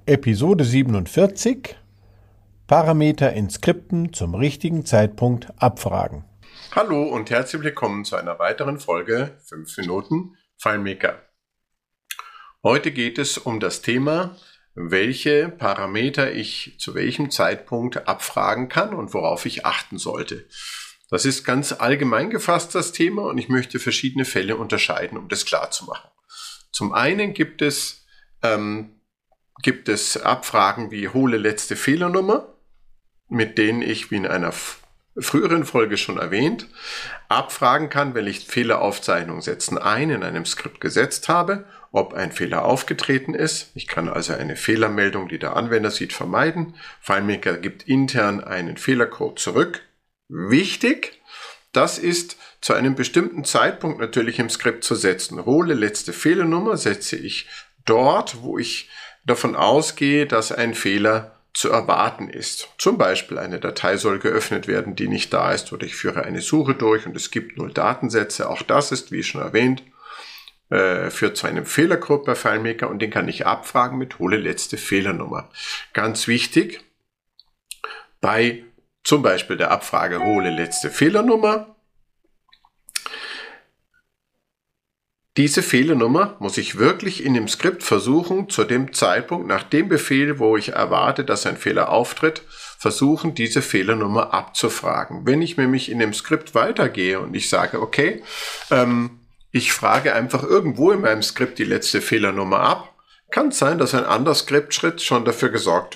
Episode 47 Parameter in Skripten zum richtigen Zeitpunkt abfragen. Hallo und herzlich willkommen zu einer weiteren Folge 5 Minuten FileMaker. Heute geht es um das Thema, welche Parameter ich zu welchem Zeitpunkt abfragen kann und worauf ich achten sollte. Das ist ganz allgemein gefasst, das Thema, und ich möchte verschiedene Fälle unterscheiden, um das klar zu machen. Zum einen gibt es Abfragen wie hole letzte Fehlernummer, mit denen ich, wie in einer früheren Folge schon erwähnt, abfragen kann, wenn ich Fehleraufzeichnung setzen ein in einem Skript gesetzt habe, ob ein Fehler aufgetreten ist. Ich kann also eine Fehlermeldung, die der Anwender sieht, vermeiden. FileMaker gibt intern einen Fehlercode zurück. Wichtig, das ist zu einem bestimmten Zeitpunkt natürlich im Skript zu setzen. Hole letzte Fehlernummer setze ich dort, wo ich davon ausgehe, dass ein Fehler zu erwarten ist. Zum Beispiel eine Datei soll geöffnet werden, die nicht da ist, oder ich führe eine Suche durch und es gibt 0 Datensätze. Auch das ist, wie schon erwähnt, führt zu einem Fehlercode bei FileMaker und den kann ich abfragen mit hole letzte Fehlernummer. Ganz wichtig, bei zum Beispiel der Abfrage hole letzte Fehlernummer, diese Fehlernummer muss ich wirklich in dem Skript versuchen, zu dem Zeitpunkt, nach dem Befehl, wo ich erwarte, dass ein Fehler auftritt, versuchen, diese Fehlernummer abzufragen. Wenn ich nämlich in dem Skript weitergehe und ich sage, okay, ich frage einfach irgendwo in meinem Skript die letzte Fehlernummer ab, kann es sein, dass ein anderer Skriptschritt schon dafür gesorgt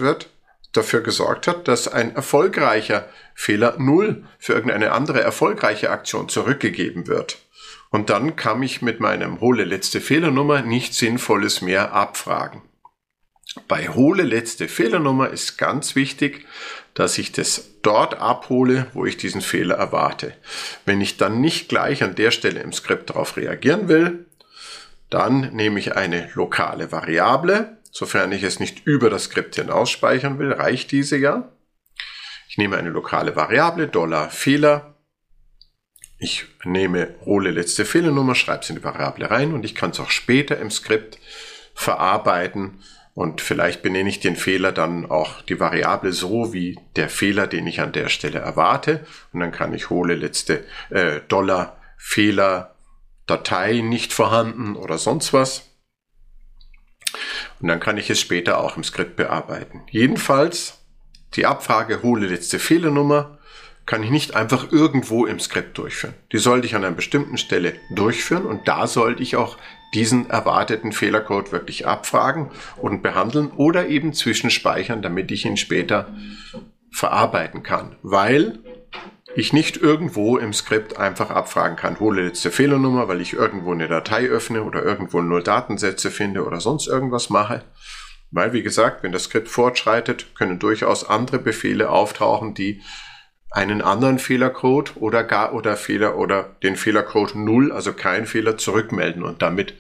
hat, dass ein erfolgreicher Fehler 0 für irgendeine andere erfolgreiche Aktion zurückgegeben wird. Und dann kann ich mit meinem hole letzte Fehlernummer nichts Sinnvolles mehr abfragen. Bei hole letzte Fehlernummer ist ganz wichtig, dass ich das dort abhole, wo ich diesen Fehler erwarte. Wenn ich dann nicht gleich an der Stelle im Skript darauf reagieren will, dann nehme ich eine lokale Variable. Sofern ich es nicht über das Skript hinaus speichern will, reicht diese ja. Ich nehme eine lokale Variable, $Fehler. Ich nehme hole letzte Fehlernummer, schreibe es in die Variable rein und ich kann es auch später im Skript verarbeiten und vielleicht benenne ich den Fehler dann auch die Variable so wie der Fehler, den ich an der Stelle erwarte, und dann kann ich hole letzte $Fehler, Datei nicht vorhanden oder sonst was, und dann kann ich es später auch im Skript bearbeiten. Jedenfalls die Abfrage hole letzte Fehlernummer kann ich nicht einfach irgendwo im Skript durchführen. Die sollte ich an einer bestimmten Stelle durchführen und da sollte ich auch diesen erwarteten Fehlercode wirklich abfragen und behandeln oder eben zwischenspeichern, damit ich ihn später verarbeiten kann. Weil ich nicht irgendwo im Skript einfach abfragen kann, hole letzte Fehlernummer, weil ich irgendwo eine Datei öffne oder irgendwo 0 Datensätze finde oder sonst irgendwas mache. Weil, wie gesagt, wenn das Skript fortschreitet, können durchaus andere Befehle auftauchen, die einen anderen Fehlercode oder den Fehlercode 0, also kein Fehler, zurückmelden. Und damit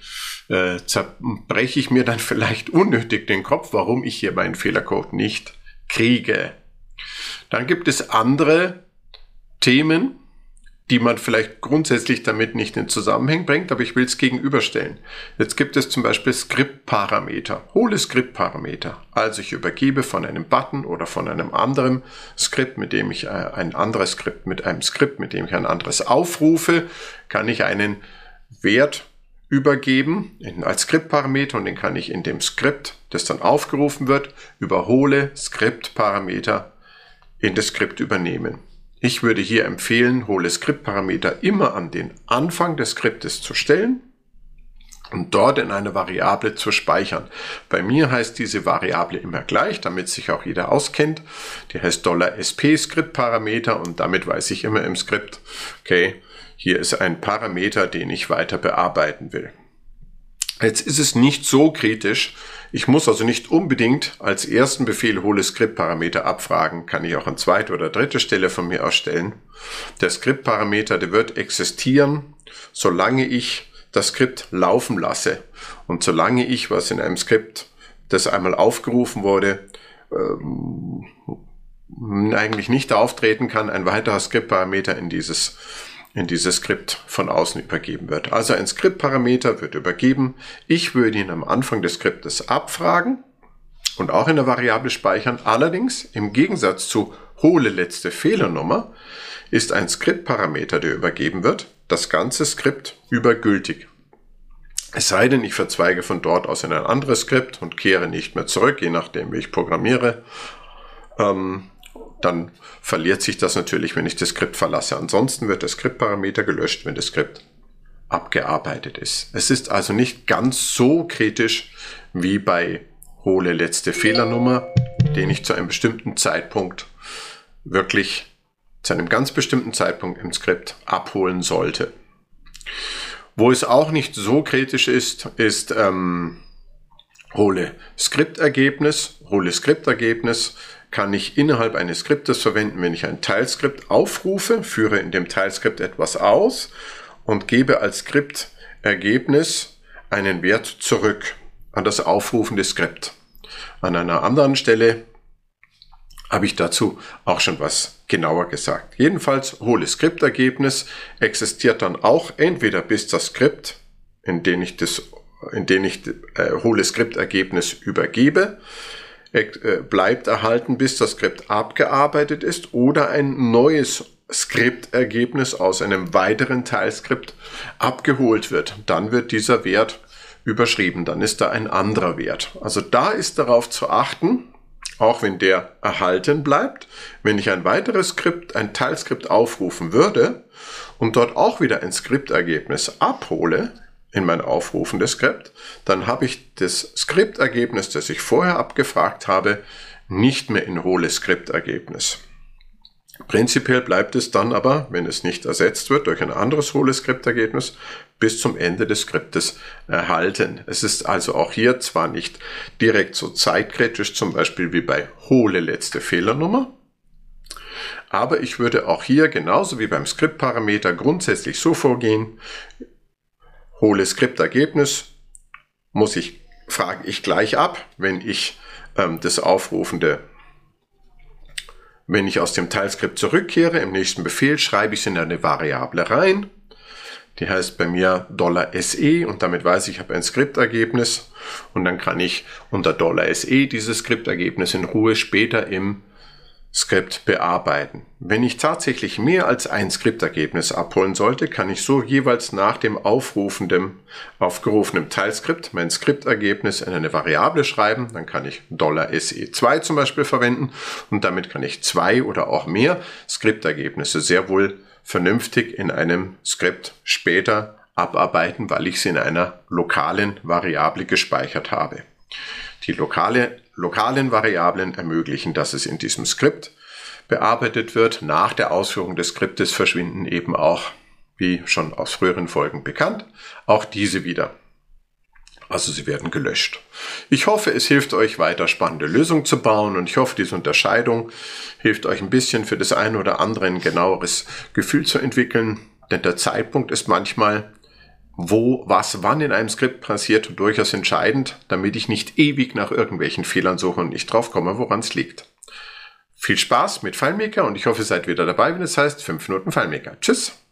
zerbreche ich mir dann vielleicht unnötig den Kopf, warum ich hier meinen Fehlercode nicht kriege. Dann gibt es andere Themen, die man vielleicht grundsätzlich damit nicht in Zusammenhang bringt, aber ich will es gegenüberstellen. Jetzt gibt es zum Beispiel Skriptparameter, hole Skriptparameter. Also ich übergebe von einem Button oder von einem anderen Skript, mit dem ich ein anderes Skript, mit einem Skript, mit dem ich ein anderes aufrufe, kann ich einen Wert übergeben als Skriptparameter und den kann ich in dem Skript, das dann aufgerufen wird, über hole Skriptparameter in das Skript übernehmen. Ich würde hier empfehlen, hole Skriptparameter immer an den Anfang des Skriptes zu stellen und dort in eine Variable zu speichern. Bei mir heißt diese Variable immer gleich, damit sich auch jeder auskennt. Die heißt $SP Skriptparameter und damit weiß ich immer im Skript, okay, hier ist ein Parameter, den ich weiter bearbeiten will. Jetzt ist es nicht so kritisch. Ich muss also nicht unbedingt als ersten Befehl hole Skriptparameter abfragen. Kann ich auch an zweiter oder dritter Stelle von mir ausstellen. Der Skriptparameter, der wird existieren, solange ich das Skript laufen lasse. Und solange ich, was in einem Skript, das einmal aufgerufen wurde, eigentlich nicht auftreten kann, ein weiterer Skriptparameter in dieses Skript von außen übergeben wird. Also ein Skriptparameter wird übergeben. Ich würde ihn am Anfang des Skriptes abfragen und auch in der Variable speichern. Allerdings im Gegensatz zu hole letzte Fehlernummer ist ein Skriptparameter, der übergeben wird, das ganze Skript übergültig. Es sei denn, ich verzweige von dort aus in ein anderes Skript und kehre nicht mehr zurück, je nachdem, wie ich programmiere. Dann verliert sich das natürlich, wenn ich das Skript verlasse. Ansonsten wird der Skriptparameter gelöscht, wenn das Skript abgearbeitet ist. Es ist also nicht ganz so kritisch wie bei hole letzte Fehlernummer, den ich zu einem bestimmten Zeitpunkt wirklich zu einem ganz bestimmten Zeitpunkt im Skript abholen sollte. Wo es auch nicht so kritisch ist, ist hole Skriptergebnis. Hole Skriptergebnis kann ich innerhalb eines Skriptes verwenden, wenn ich ein Teilskript aufrufe, führe in dem Teilskript etwas aus und gebe als Skriptergebnis einen Wert zurück an das aufrufende Skript. An einer anderen Stelle habe ich dazu auch schon was genauer gesagt. Jedenfalls, hole Skriptergebnis existiert dann auch entweder bis das Skript, in dem ich hole Skriptergebnis übergebe, bleibt erhalten, bis das Skript abgearbeitet ist, oder ein neues Skriptergebnis aus einem weiteren Teilskript abgeholt wird. Dann wird dieser Wert überschrieben, dann ist da ein anderer Wert. Also da ist darauf zu achten, auch wenn der erhalten bleibt, wenn ich ein weiteres Skript, ein Teilskript aufrufen würde und dort auch wieder ein Skriptergebnis abhole in mein aufrufendes Skript, dann habe ich das Skriptergebnis, das ich vorher abgefragt habe, nicht mehr in hole Skriptergebnis. Prinzipiell bleibt es dann aber, wenn es nicht ersetzt wird durch ein anderes hole Skriptergebnis, bis zum Ende des Skriptes erhalten. Es ist also auch hier zwar nicht direkt so zeitkritisch, zum Beispiel wie bei hole letzte Fehlernummer, aber ich würde auch hier genauso wie beim Skriptparameter grundsätzlich so vorgehen: hole Skriptergebnis frage ich gleich ab, wenn ich wenn ich aus dem Teilskript zurückkehre, im nächsten Befehl schreibe ich es in eine Variable rein. Die heißt bei mir $SE und damit weiß ich habe ein Skriptergebnis und dann kann ich unter $SE dieses Skriptergebnis in Ruhe später im Skript bearbeiten. Wenn ich tatsächlich mehr als ein Skriptergebnis abholen sollte, kann ich so jeweils nach dem aufgerufenen Teilskript mein Skriptergebnis in eine Variable schreiben. Dann kann ich $SE2 zum Beispiel verwenden und damit kann ich 2 oder auch mehr Skriptergebnisse sehr wohl vernünftig in einem Skript später abarbeiten, weil ich sie in einer lokalen Variable gespeichert habe. Die lokalen Variablen ermöglichen, dass es in diesem Skript bearbeitet wird. Nach der Ausführung des Skriptes verschwinden eben auch, wie schon aus früheren Folgen bekannt, auch diese wieder. Also sie werden gelöscht. Ich hoffe, es hilft euch weiter, spannende Lösungen zu bauen und ich hoffe, diese Unterscheidung hilft euch ein bisschen für das eine oder andere ein genaueres Gefühl zu entwickeln, denn der Zeitpunkt ist manchmal wann in einem Skript passiert, durchaus entscheidend, damit ich nicht ewig nach irgendwelchen Fehlern suche und nicht drauf komme, woran es liegt. Viel Spaß mit FileMaker und ich hoffe, ihr seid wieder dabei, wenn es heißt 5 Minuten FileMaker. Tschüss!